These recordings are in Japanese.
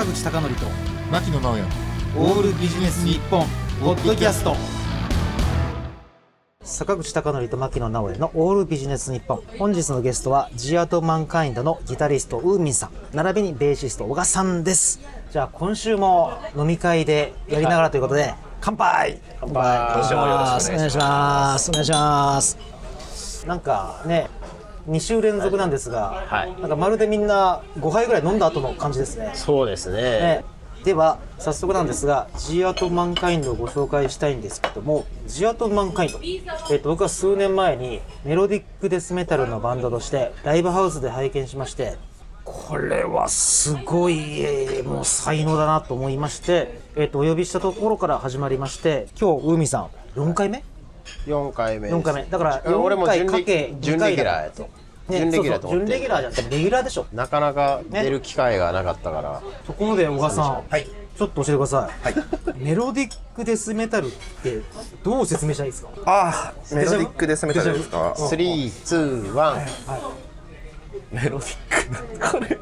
坂口孝則と牧野直哉オールビジネス日本ポッドキャスト。 坂口孝則と牧野直哉のオールビジネス日本。本日のゲストはジアートマンカインドのギタリストウーミンさん、並びにベーシスト小賀さんです。じゃあ今週も飲み会でやりながらということで、乾杯。 乾杯。今週もよろしくお願いします。 お願いします。なんかね、2週連続なんですが、 はい、 なんかまるでみんな5杯ぐらい飲んだ後の感じですね。 そうですね。 では早速なんですが、ジアートマンカインドをご紹介したいんですけども、ジアートマンカインド、僕は数年前にメロディックデスメタルのバンドとしてライブハウスで拝見しまして、これはすごい、もう才能だなと思いまして、お呼びしたところから始まりまして、今日ウーミンさん4回目 4回目です。 4回目だから4回かけ2回だから準レギュラーと準レギュラーじゃなくてレギュラーでしょ。 なかなか出る機会がなかったから、 ところで小賀さん、はい、ちょっと教えてください、はい、メロディックデスメタルってどう説明したらいいですか？ メロディックデスメタルですか？ 3、2、1、 はい、 メロディックこれ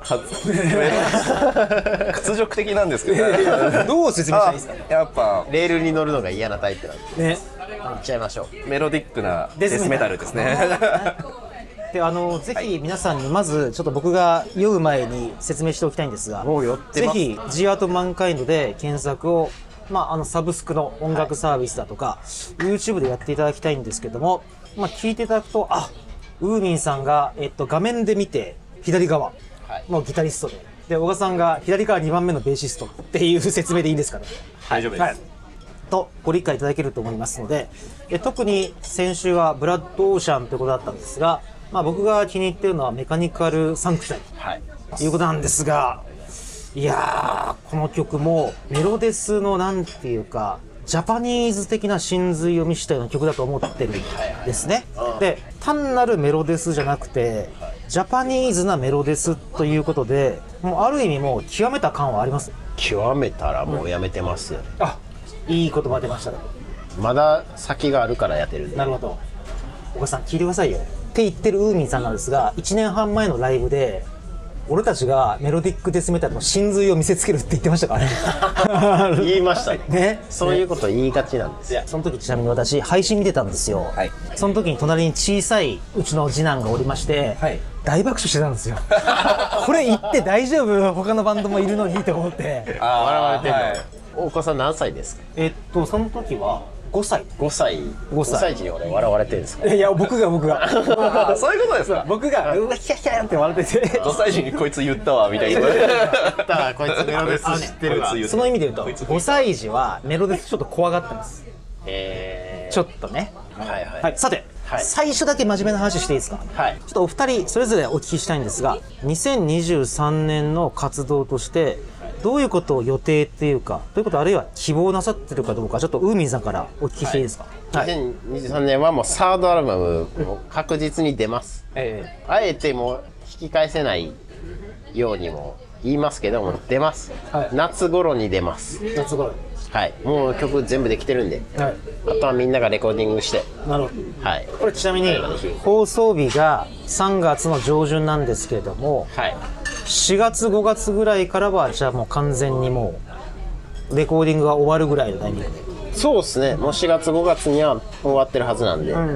屈辱的なんですけど、 どう説明したらいいですか？ やっぱレールに乗るのが嫌なタイプなんで、 ね、 いっちゃいましょう。 メロディックなデスメタルですね。 でぜひ皆さんにまずちょっと僕が酔う前に説明しておきたいんですが、ぜひジアートマンカインドで検索を、サブスクの音楽サービスだとか、YouTube でやっていただきたいんですけども、聞いていただくと、ウーミンさんが、画面で見て左側のギタリストで、小賀さんが左から2番目のベーシストっていう説明でいいんですかね？ 大丈夫です、 とご理解いただけると思いますので、特に先週はブラッドオーシャンということだったんですが、僕が気に入っているのはメカニカルサンクチュタリということなんですが、いやー、この曲もメロデスのなんていうかジャパニーズ的な真髄を見せたような曲だと思ってるんですね。で、単なるメロデスじゃなくてジャパニーズなメロデスということで、もうある意味もう極めた感はあります。 極めたらもうやめてますよね。 いい言葉出ましたね。 まだ先があるからやってるんで。 なるほど。お母さん聞いてくださいよって言ってるウーミンさんなんですが、1年半前のライブで俺たちがメロディックデスメタルの真髄を見せつけるって言ってましたからね。 言いましたね。 そういうこと言いがちなんですよ。 その時ちなみに私配信見てたんですよ、はい、その時に隣に小さいうちの次男がおりまして、はい、大爆笑してたんですよ。これ言って大丈夫？他のバンドもいるのにと思って。 笑われてるの、はい、お子さん何歳ですか？ その時は5歳。 5歳児に俺笑われてるんですか？ いや、僕がそういうことですか？ 僕がうわヒャヒャって笑ってて、 5歳児にこいつ言ったわみたいな。 こいつメロデス知ってるわ。 その意味で言うと5歳児はメロデスちょっと怖がってます。ちょっとね。はい、さて、最初だけ真面目な話していいですか？はい、ちょっとお二人それぞれお聞きしたいんですが、2023年の活動としてどういうことを予定っていうか、どういうことあるいは希望なさってるかどうか、ちょっとウーミンさんからお聞きしていいですか？ 2023年はもうサードアルバムも確実に出ます。あえてもう引き返せないようにも言いますけども、出ます、夏頃に出ます。 夏頃。 はい、もう曲全部できてるんで、あとはみんながレコーディングして。 なるほど。はい、これちなみに放送日が3月の上旬なんですけれども、4月5月ぐらいからはじゃあもう完全にもうレコーディングが終わるぐらいのタイミングで。 そうですね、もう4月5月には終わってるはずなんで、はい、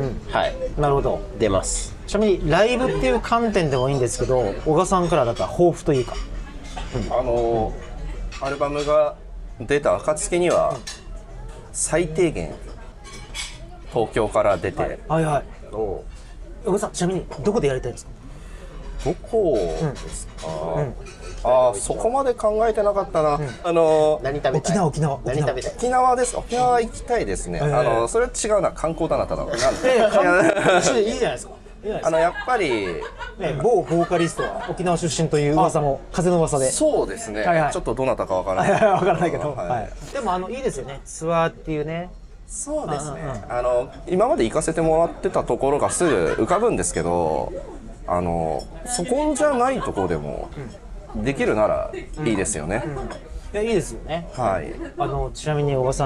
なるほど。 出ます。 ちなみにライブっていう観点でもいいんですけど、小賀さんからだったら抱負というか、 アルバムが出た暁には最低限東京から出て、 小賀さんちなみにどこでやりたいですか？ どこですか？そこまで考えてなかったな。 何食べたい？ 沖縄何食べたい？ 沖縄です。沖縄行きたいですね。それは違うな、観光だな、ただ。いいじゃないですか。 やっぱり、 某ボーカリストは沖縄出身という噂も風の噂で。 そうですね、ちょっとどなたかわからない。 わからないけど、でもいいですよね、ツアーっていうね。 そうですね、今まで行かせてもらってたところがすぐ浮かぶんですけど、そこじゃないところでもできるならいいですよね。 いや、いいですよね。 はい。 ちなみに小賀さんの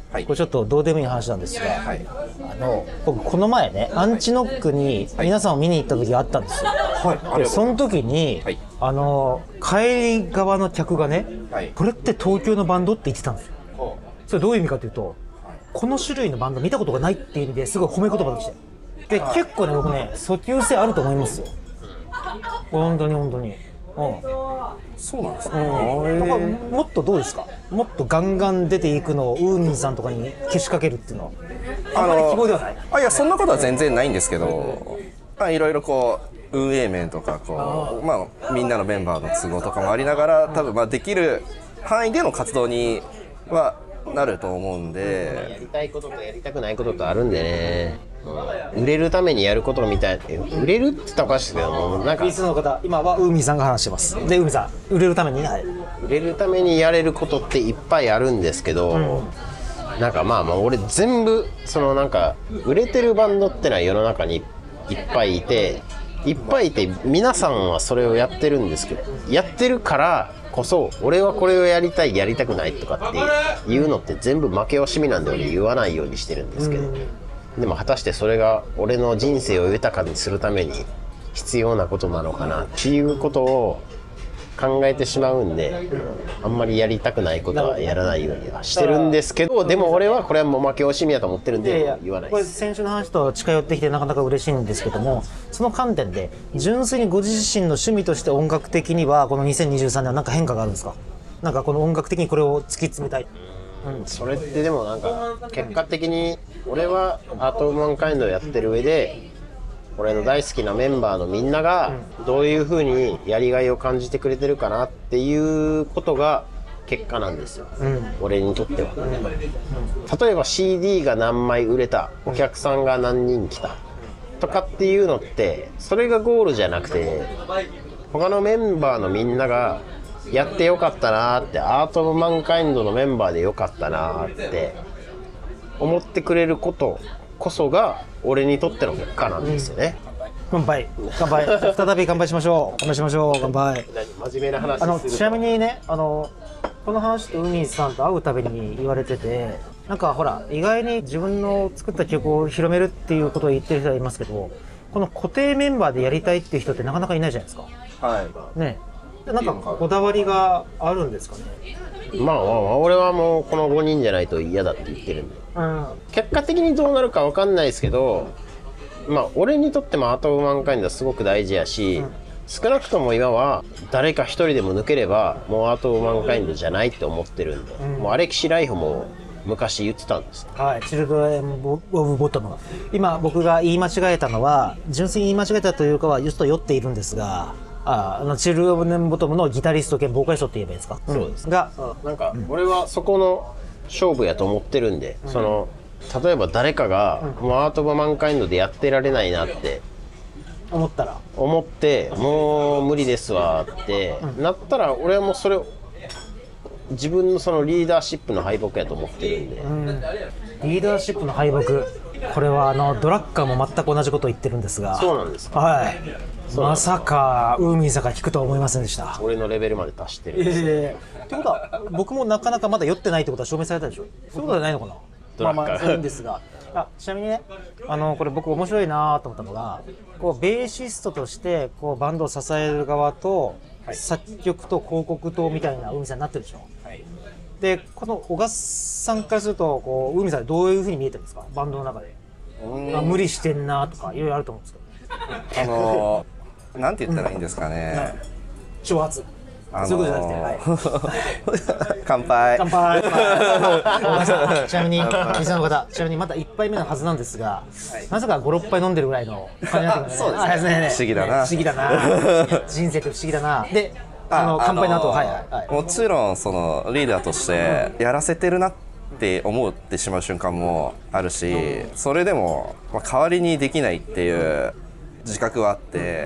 はいこれちょっとどうでもいい話なんですが、 はい、 僕この前ねアンチノックに皆さんを見に行った時があったんですよ、 はい、 でその時に、 はい、 帰り側の客がね、 はい、 これって東京のバンドって言ってたんですよ。それどういう意味かというと、この種類のバンド見たことがないっていう意味ですごい褒め言葉でしたよ。で結構ね僕ね訴求性あると思いますよ、本当に本当に。 そうなんですね、 もっとどうですか、もっとガンガン出ていくのをウーミンさんとかにけしかけるっていうのはあんまり希望ではない。 いやそんなことは全然ないんですけど、いろいろこう運営面とかこう、みんなのメンバーの都合とかもありながら多分できる範囲での活動にはなると思うんで、 やりたいこととやりたくないこととあるんでね、売れるためにやることみたい、売れるって言ったらおかしいですけども、なんかリスの方今はウーミンさんが話してます。でウーミンさん売れるために、 売れるためにやれることっていっぱいあるんですけど、なんか俺全部そのなんか売れてるバンドってのは世の中にいっぱいいて皆さんはそれをやってるんですけど、やってるからこそ俺はこれをやりたいやりたくないとかっていうのって全部負け惜しみなんで俺言わないようにしてるんですけど、でも果たしてそれが俺の人生を豊かにするために必要なことなのかなっていうことを考えてしまうんで、あんまりやりたくないことはやらないようにはしてるんですけど、でも俺はこれはもう負け惜しみだと思ってるんで言わないです。 これ先週の話と近寄ってきてなかなか嬉しいんですけども、その観点で純粋にご自身の趣味として音楽的にはこの2023年は何か変化があるんですか？なんかこの音楽的にこれを突き詰めたい。 それってでもなんか結果的に俺はアート・オブ・マンカインドをやってる上で俺の大好きなメンバーのみんながどういう風にやりがいを感じてくれてるかなっていうことが結果なんですよ、俺にとっては、例えば CD が何枚売れた、お客さんが何人来たとかっていうのってそれがゴールじゃなくて、他のメンバーのみんながやってよかったなーって、アート・オブ・マンカインドのメンバーでよかったなーって思ってくれることこそが俺にとっての結果なんですよね。 乾杯乾杯再び乾杯しましょう乾杯しましょう乾杯。 真面目な話するとちなみにねこの話とウミンさんと会うたびに言われてて、なんかほら意外に自分の作った曲を広めるっていうことを言ってる人はいますけど、この固定メンバーでやりたいっていう人ってなかなかいないじゃないですか。 はいね、なんかこだわりがあるんですかね。 俺はもうこの5人じゃないと嫌だって言ってるんで、結果的にどうなるか分かんないですけど、俺にとってもアート・オブ・マンカインドはすごく大事やし、少なくとも今は誰か一人でも抜ければもうアート・オブ・マンカインドじゃないって思ってるんで、もうアレキシ・ライフも昔言ってたんです。 はい、チルドレン・オブ・ボトム。今僕が言い間違えたのは純粋に言い間違えたというかはちょっと酔っているんですが、チルドレン・ボトムのギタリスト兼ボーカリストって言えばいいですか。 そうですが、 なんか俺はそこの勝負やと思ってるんで、例えば誰かがもうアート・オブ・マンカインドでやってられないなって思ってもう無理ですわってなったら、俺はもうそれを自分のそのリーダーシップの敗北やと思ってるんで、 リーダーシップの敗北、これはドラッカーも全く同じことを言ってるんですが。 そうなんですか。 はい、まさかウーミンさんが聞くとは思いませんでした。 俺のレベルまで達してるんです。 ってことは僕もなかなかまだ酔ってないってことは証明されたでしょ。そういうことじゃないのかな。そういいんですが、ちなみにねこれ僕面白いなと思ったのが、こうベーシストとしてこうバンドを支える側と、作曲と広告とみたいなウーミンさんになってるでしょ。でこの小笠さんからするとこうウーミンさんどういう風に見えてるんですか、バンドの中で。無理してんなとかいろいろあると思うんですけど、 なんて言ったらいいんですかね。 挑発。そういうことじゃなくて、 乾杯。 乾杯。ちなみにリスナーの方、ちなみにまだ1杯目のはずなんですが、なぜか5、6杯飲んでるぐらいの感じになってますね。 そうですね。不思議だな。 不思議だな。人生って不思議だな。で、乾杯の後、 もちろんそのリーダーとしてやらせてるなって思ってしまう瞬間もあるし、それでも代わりにできないっていう自覚はあって、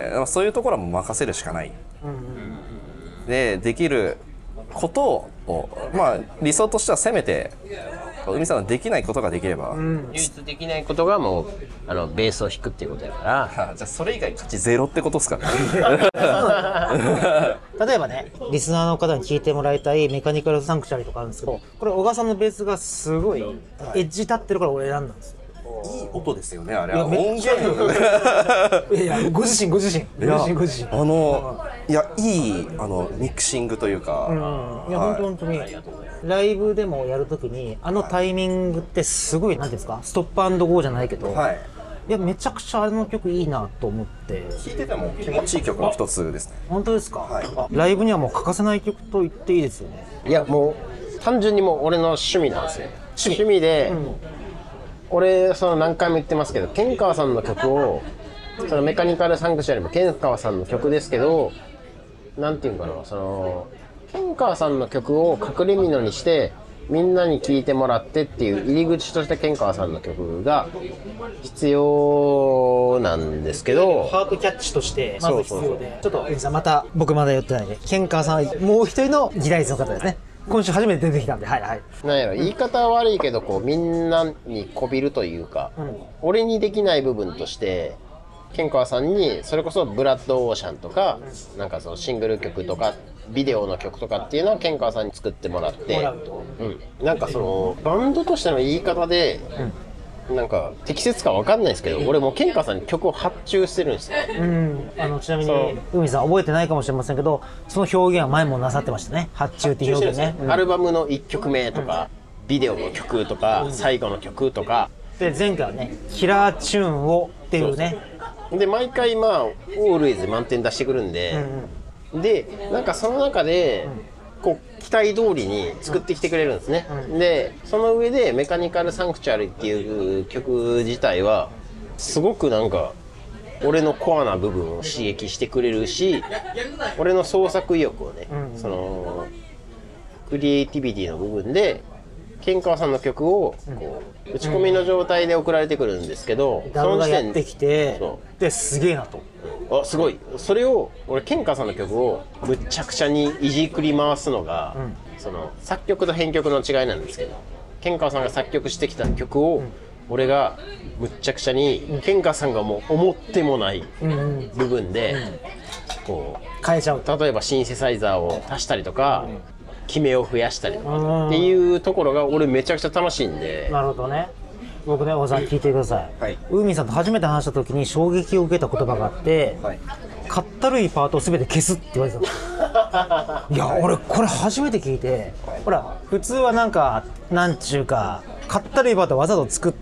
そういうところはもう任せるしかない。できることを理想としてはせめて海さんのできないことができれば、 唯一できないことがもうベースを弾くっていうことだから。 じゃあそれ以外価値ゼロってことですかね。 例えばね、リスナーの方に聞いてもらいたいメカニカルサンクチュアリとかあるんですけど、これ小川さんのベースがすごいエッジ立ってるから俺選んだんですよ。 いい音ですよね、あれ。 音源いやご自身いやいいミクシングというか、 いや本当にライブでもやるときにタイミングってすごいなんていうんですか、ストップ&ゴーじゃないけど、いやめちゃくちゃあの曲いいなと思って聴いてても気持ちいい曲の一つですね。 本当ですか？ライブにはもう欠かせない曲と言っていいですよね。 いやもう単純にもう俺の趣味なんですよ。趣味で、俺何回も言ってますけど、ケンカワさんの曲をメカニカルサンクチュアリもケンカワさんの曲ですけど、なんていうかな、ケンカワさんの曲を隠れ蓑にしてみんなに聴いてもらってっていう入り口としてケンカワさんの曲が必要なんですけど、 ハートキャッチとしてまず必要で、ちょっとまた僕まだ言ってないんで、ケンカワさんはもう一人のギタリストの方ですね。今週初めて出てきたんで、 なんやろ、言い方は悪いけどみんなにこびるというか、俺にできない部分としてケンカワさんにそれこそブラッドオーシャンとか、なんかシングル曲とかビデオの曲とかっていうのはケンカワさんに作ってもらって、なんかバンドとしての言い方で、なんか適切か分かんないですけど、俺もケンカワさんに曲を発注してるんですよ。 ちなみに海さん覚えてないかもしれませんけど、その表現は前もなさってましたね。発注っていう表現ね。 アルバムの1曲目とか、ビデオの曲とか、最後の曲とかで、前回はねキラーチューンをっていうね。 で毎回オールウェイズ満点出してくるんで、でなんかその中で期待通りに作ってきてくれるんですね。でその上でメカニカルサンクチュアリっていう曲自体はすごくなんか俺のコアな部分を刺激してくれるし、俺の創作意欲をね、クリエイティビティの部分でケンカワさんの曲を打ち込みの状態で送られてくるんですけど、 その時点でやってきて、ですげえなと。 すごい。それを俺ケンカワさんの曲をむちゃくちゃにいじくり回すのが、作曲と編曲の違いなんですけど、ケンカワさんが作曲してきた曲を俺がむっちゃくちゃにケンカワさんがもう思ってもない部分で変えちゃう。 例えばシンセサイザーを足したりとか、決めを増やしたりとかっていうところが俺めちゃくちゃ楽しいんで。 なるほどね。僕ね、小沢さん聞いてください。海さんと初めて話した時に衝撃を受けた言葉があって、かったるいパートを全て消すって言われてたの。いや俺これ初めて聞いて、ほら普通はなんちゅうかかったるいパートをわざと作って、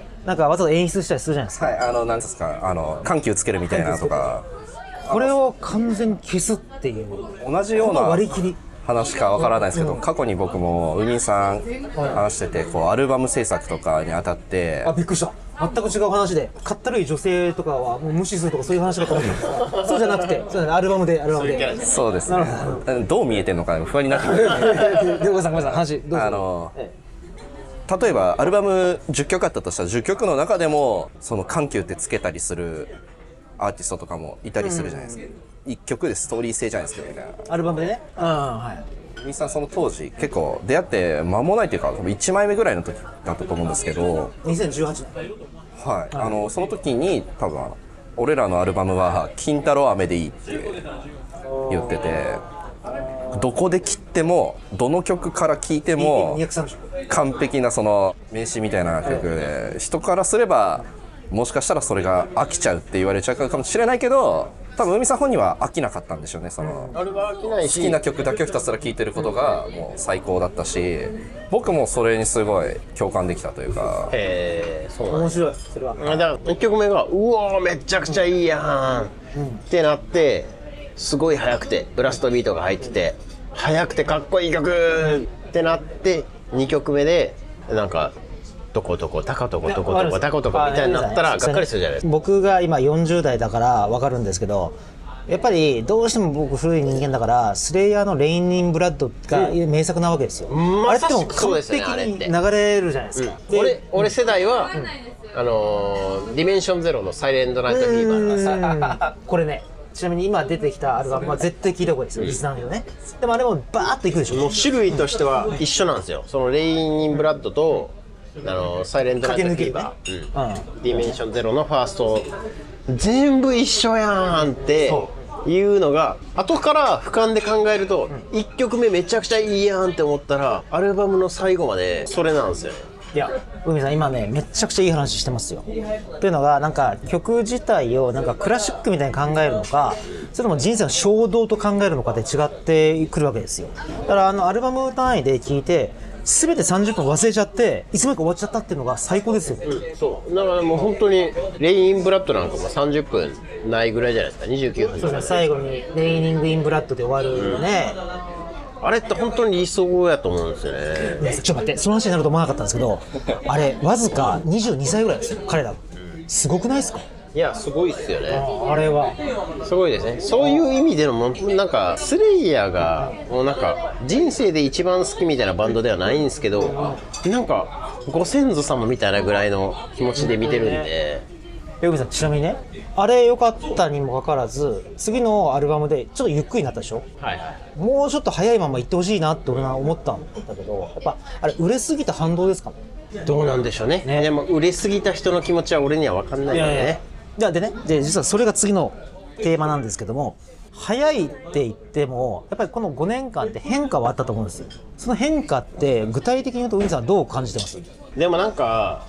なんかわざと演出したりするじゃないですか。 なんですか、緩急つけるみたいなとか。 これを完全に消すっていう同じような割り切り話かわからないですけど、過去に僕も海さん話してて、アルバム制作とかにあたって、 びっくりした。全く違う話で、かったるい女性とかはもう無視するとかそういう話だと思うんですが、そうじゃなくて、アルバムでそうですね。どう見えてるのか不安になってくる。 ごめんなさい話どうぞ。 例えばアルバム10曲あったとしたら、10曲の中でも緩急ってつけたりするアーティストとかもいたりするじゃないですか。1曲でストーリー性じゃないですか、 アルバムでね。 海さんその当時結構出会って間もないというか、1枚目ぐらいの時だったと思うんですけど、 2018 年その時に多分俺らのアルバムは金太郎飴でいいって言ってて、どこで切ってもどの曲から聴いても完璧な名詞みたいな曲で、人からすればもしかしたらそれが飽きちゃうって言われちゃうかもしれないけど、多分海さん本人は飽きなかったんでしょうね。好きな曲だけをひたすら聴いてることがもう最高だったし、僕もそれにすごい共感できたというか。 そう面白い。それはだから1曲目がうわーめちゃくちゃいいやんってなって、すごい速くてブラストビートが入ってて速くてかっこいい曲ってなって、2曲目でなんかどこどこタカトコどこどこタコトコみたいになったらがっかりするじゃないですか。 僕が今40代だから分かるんですけど、やっぱりどうしても僕古い人間だから、スレイヤーのレイン・イン・ブラッドが名作なわけですよ。あれっても完璧に流れるじゃないですか。 俺世代はディメンションゼロのサイレントナイトフィーバーこれねちなみに今出てきたアルバムは絶対聴いた方がいいですよ、リスナーのよね。でもあれもバーッといくでしょ。 もう種類としては一緒なんですよ。そのレイン・イン・ブラッドとサイレント・ナイト・フィーバー、ディメンションゼロのファースト全部一緒やんっていうのが後から俯瞰で考えると、1曲目めちゃくちゃいいやんって思ったらアルバムの最後までそれなんですよね。 いや、海さん今ねめちゃくちゃいい話してますよ。というのがなんか曲自体をなんかクラシックみたいに考えるのか、それとも人生の衝動と考えるのかで違ってくるわけですよ。だからアルバム単位で聴いて全て30分忘れちゃっていつまでか終わっちゃったっていうのが最高ですよ。 そうだからもう本当にレイン・イン・ブラッドなんかも30分ないぐらいじゃないですか。29分。 そうですね、最後にレイニング・イン・ブラッドで終わるね、 あれって本当に理想やと思うんですよね。 ちょっと待って、その話になると思わなかったんですけど、あれわずか22歳ぐらいですよ、彼ら。すごくないですか？ いや、すごいっすよね。 あれはすごいですね。そういう意味でのもなんかスレイヤーがもうなんか人生で一番好きみたいなバンドではないんですけど、なんかご先祖様みたいなぐらいの気持ちで見てるんで。 ヨグさん、ちなみにね、あれ良かったにもかかわらず次のアルバムでちょっとゆっくりになったでしょ。 はいはい。 もうちょっと早いまま行ってほしいなって俺は思ったんだけど、やっぱあれ売れすぎた反動ですかね。 どうなんでしょうね。でも売れすぎた人の気持ちは俺には分かんないよね。 で実はそれが次のテーマなんですけども、早いって言ってもやっぱりこの5年間って変化はあったと思うんですよ。その変化って具体的に言うとウィンさんはどう感じてます？ でもなんか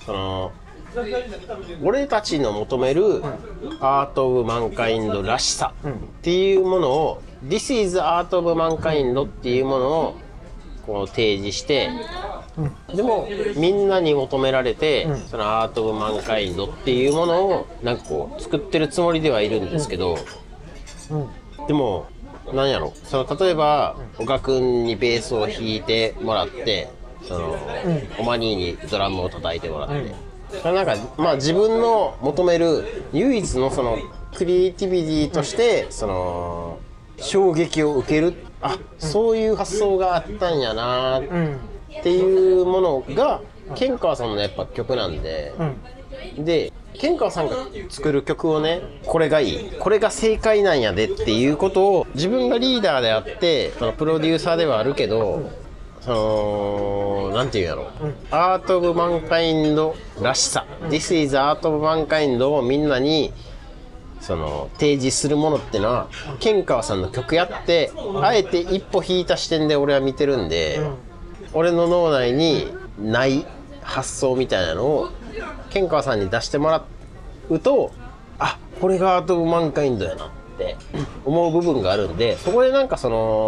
俺たちの求めるアート・オブ・マンカインドらしさっていうものを、This is Art of Mankind っていうものをこう提示して、でもみんなに求められて、そのアート・オブ・マンカインドっていうものをなんかこう作ってるつもりではいるんですけど、でも何やろ、例えば岡君にベースを弾いてもらって、オマニーにドラムを叩いてもらって。なんかまあ自分の求める唯一のそのクリエイティビティとして衝撃を受ける、あ、そういう発想があったんやなっていうものがケンカワさんのやっぱ曲なんで、でケンカワさんが作る曲をね、これがいい、これが正解なんやでっていうことを自分がリーダーであってプロデューサーではあるけど、なんていうんやろ、アート・オブ・マンカインドらしさ、This is Art of Mankind をみんなに提示するものってのはケンカワさんの曲やって、あえて一歩引いた視点で俺は見てるんで、俺の脳内にない発想みたいなのをケンカワさんに出してもらうと、あ、これがアート・オブ・マンカインドやなって思う部分があるんで、そこでなんか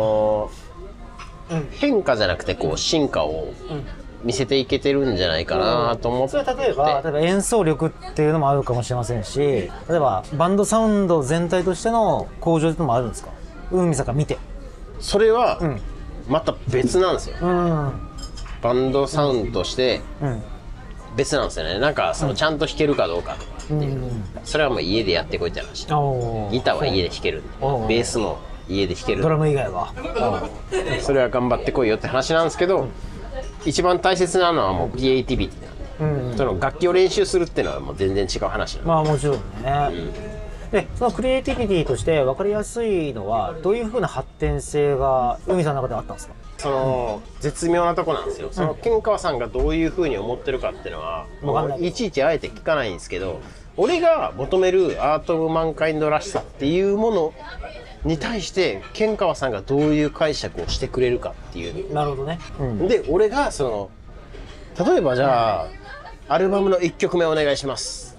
変化じゃなくてこう進化を見せていけてるんじゃないかなと思って、 それは例えば演奏力っていうのもあるかもしれませんし、例えばバンドサウンド全体としての向上っていうのもあるんですか？海さんから見て。 それはまた別なんですよ、バンドサウンドとして別なんですよね。なんかちゃんと弾けるかどうかっていう、それはもう家でやってこいって話。ギターは家で弾けるんで、ベースも家で弾ける、 ドラム以外はそれは頑張ってこいよって話なんですけど、一番大切なのはもうクリエイティビティなんで、その楽器を練習するっていうのはもう全然違う話なんで。 まあもちろんね、でそのクリエイティビティとして分かりやすいのはどういうふうな発展性が海さんの中であったんですか？ 絶妙なとこなんですよ。ケンカワさんがどういうふうに思ってるかっていうのはもういちいちあえて聞かないんですけど、俺が求めるアート・オブ・マンカインドらしさっていうものに対してケンカワさんがどういう解釈をしてくれるかっていう。 なるほどね、 で俺が例えばじゃあ、アルバムの1曲目お願いします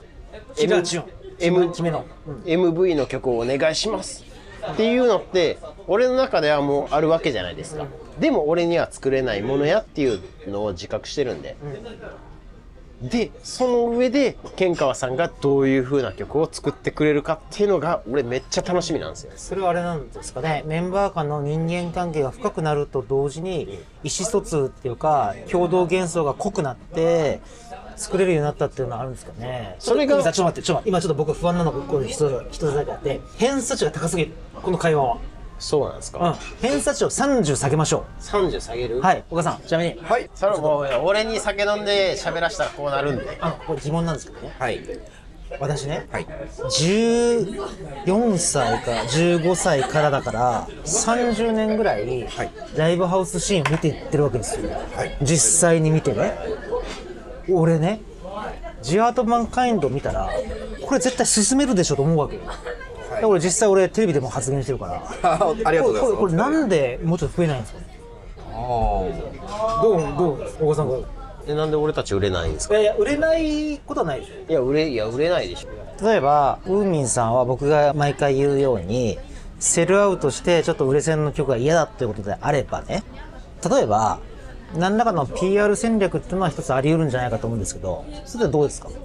、MV の曲をお願いしますっていうのって俺の中ではもうあるわけじゃないですか。でも俺には作れないものやっていうのを自覚してるんで、でその上でケンカワさんがどういう風な曲を作ってくれるかっていうのが俺めっちゃ楽しみなんですよ。 それはあれなんですかね、メンバー間の人間関係が深くなると同時に意思疎通っていうか共同幻想が濃くなって作れるようになったっていうのはあるんですかね。 それがちょっと待って、今ちょっと僕不安なのがこれ一つだけあって、偏差値が高すぎる、この会話は。 そうなんですか、 偏差値を30下げましょう。 30下げる？ はい、岡さん、ちなみに。 はい、それもう俺に酒飲んで喋らしたらこうなるんで。 これ疑問なんですけどね。 はい。 私ね、 はい。 14歳か15歳からだから30年ぐらいライブハウスシーンを見ていってるわけですよ、実際に見てね。俺ね、ジアートマンカインド見たらこれ絶対進めるでしょと思うわけよ。で俺実際俺テレビでも発言してるからありがとうございます。 これなんでもうちょっと増えないんですかね。どう大川さんがなんで俺たち売れないんですか？ いや売れないことはないでしょ。 売れないでしょ。 例えばウーミンさんは僕が毎回言うようにセルアウトしてちょっと売れ線の曲が嫌だということであればね、例えば何らかの PR 戦略っていうのは一つあり得るんじゃないかと思うんですけど、それはどうですか？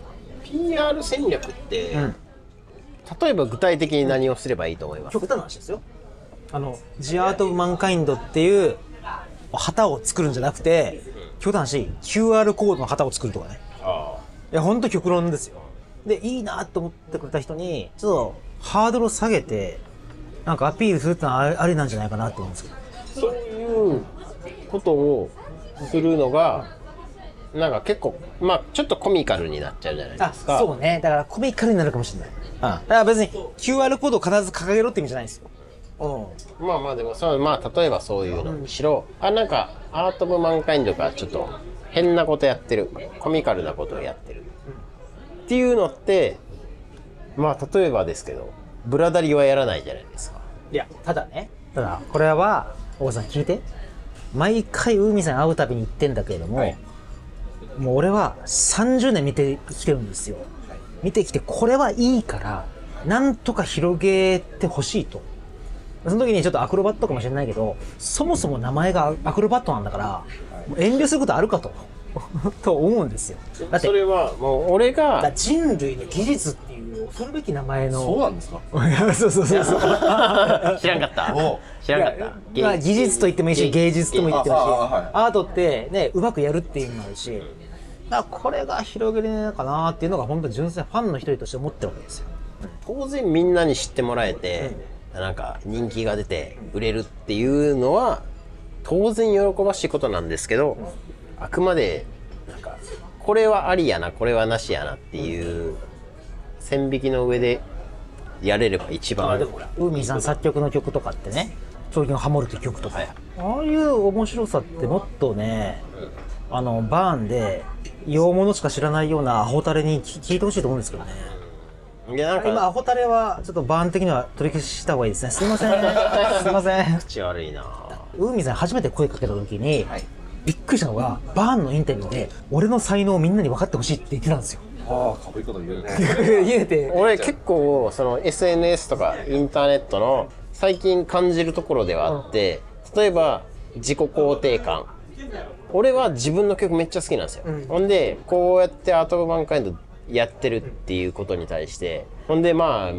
PR 戦略って、例えば具体的に何をすればいいと思います？ 極端な話ですよ。ジアート・オブ・マンカインドっていう旗を作るんじゃなくて、極端な話 QR コードの旗を作るとかね。いや本当極論ですよ。でいいなと思ってくれた人にちょっとハードルを下げてなんかアピールするってのはありなんじゃないかなと思うんですけど、 そういうことをするのがなんか結構ちょっとコミカルになっちゃうじゃないですか。 そうね、だからコミカルになるかもしれない。だから別に QR コードを必ず掲げろって意味じゃないですよ。 でも例えばそういうのにしろ、なんかアート・オブ・マンカインドがちょっと変なことやってる、コミカルなことをやってる、っていうのって例えばですけどブラダリはやらないじゃないですか。 いやただこれは大川さん聞いて、毎回海さんに会うたびに言ってんだけれども、もう俺は30年見てきてるんですよ。見てきてこれはいいからなんとか広げてほしいと。その時にちょっとアクロバットかもしれないけど、そもそも名前がアクロバットなんだから遠慮することあるかとと思うんですよ。だってそれはもう俺が人類の技術っていう恐るべき名前の。 そうなんですか？ そう知らんかった知らんかった。 技術と言ってもいいし芸術とも言ってもいいし、アートってねうまくやるっていうのもあるし、だからこれが広げれないかなっていうのが本当に純粋なファンの一人として思ってるわけですよ。 当然みんなに知ってもらえて、なんか人気が出て売れるっていうのは当然喜ばしいことなんですけど、あくまでなんかこれはありやなこれはなしやなっていう線引きの上でやれれば一番。 でもほらウーミンさん作曲の曲とかってね、超人ハモるって曲とか、ああいう面白さってもっとね、バーンで洋物しか知らないようなアホタレに聞いてほしいと思うんですけどね。 いやなんか今アホタレはちょっとバーン的には取り消した方がいいですね。すいませんすいません。 口悪いな。 ウーミンさん初めて声かけた時に、びっくりしたのがバーンのインタビューで俺の才能をみんなに分かってほしいって言ってたんですよ。 かっこいいこと言うね。 言えて俺結構その SNS とかインターネットの最近感じるところではあって、例えば自己肯定感、俺は自分の曲めっちゃ好きなんですよ、ほんでこうやってアート・オブ・マンカインドやってるっていうことに対して、ほんで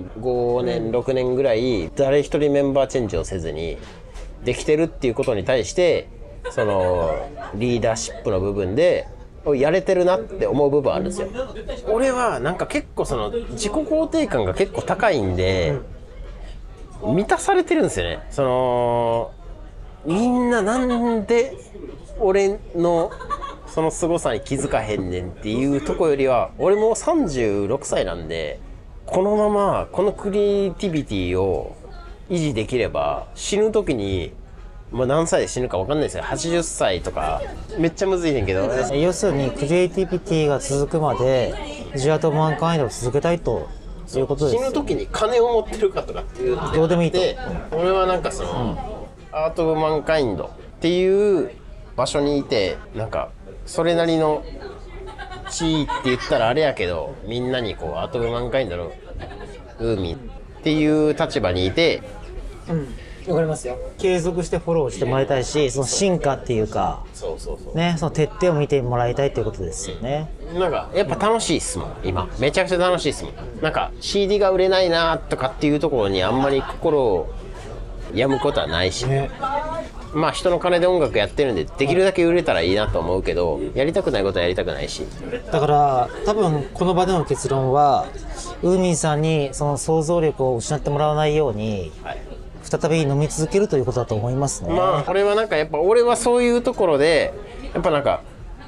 5年6年ぐらい誰一人メンバーチェンジをせずにできてるっていうことに対して、そのリーダーシップの部分でやれてるなって思う部分あるんですよ。俺はなんか結構その自己肯定感が結構高いんで、満たされてるんですよね。そのみんななんで俺のその凄さに気づかへんねんっていうとこよりは、俺もう36歳なんで、このままこのクリエイティビティを維持できれば死ぬ時に何歳で死ぬか分かんないですよ。80歳とかめっちゃむずいねんけど、 要するにクリエイティビティが続くまでジアート・オブ・マンカインドを続けたいということです。 死ぬ時に金を持ってるかとかっていうどうでもいいと。 俺はなんかその、アート・オブ・マンカインドっていう場所にいて、なんかそれなりの地位って言ったらあれやけど、みんなにこうアート・オブ・マンカインドの海っていう立場にいて、 わかりますよ。継続してフォローしてもらいたいし、その進化っていうか、ね、その徹底を見てもらいたいということですよね。 なんかやっぱ楽しいっすもん今。めちゃくちゃ楽しいっすもん。なんか CD が売れないなとかっていうところにあんまり心を病むことはないし、人の金で音楽やってるんでできるだけ売れたらいいなと思うけど、やりたくないことはやりたくないし。 だから多分この場での結論は、ウーミンさんにその想像力を失ってもらわないように、再び飲み続けるということだと思いますね。 これはなんかやっぱ俺はそういうところでやっぱなんか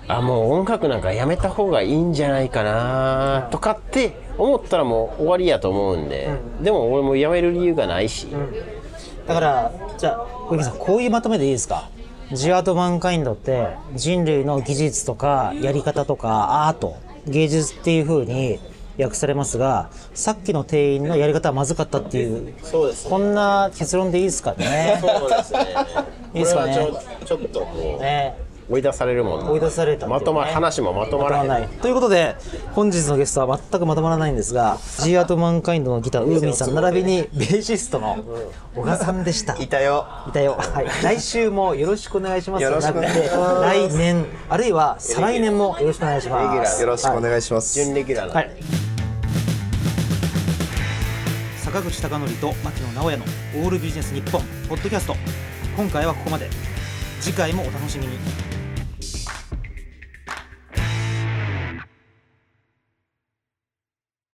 もう音楽なんかやめた方がいいんじゃないかなとかって思ったらもう終わりやと思うんで、でも俺もやめる理由がないし、 だからじゃあ小池さん、こういうまとめでいいですか。ジアートマンカインドって人類の技術とかやり方とかアート芸術っていう風に訳されますが、さっきの店員のやり方はまずかったっていう、 そうですね、 こんな結論でいいですかね。 そうですねいいですかね。 これはちょっともう、 ね、 追い出されるもんね。 追い出されたっていうね、 話もまとまらないということで、本日のゲストは全くまとまらないんですが、ジアートマンカインドのギターウーミンさん並びにベーシストの小賀さんでした。 いたよ。 はい、来週もよろしくお願いします。 よろしくお願いします。 来年あるいは再来年もよろしくお願いします。 よろしくお願いします。 準レギュラーな、 はい、 坂口孝則と牧野直哉のオールビジネス日本ポッドキャスト、今回はここまで。次回もお楽しみに。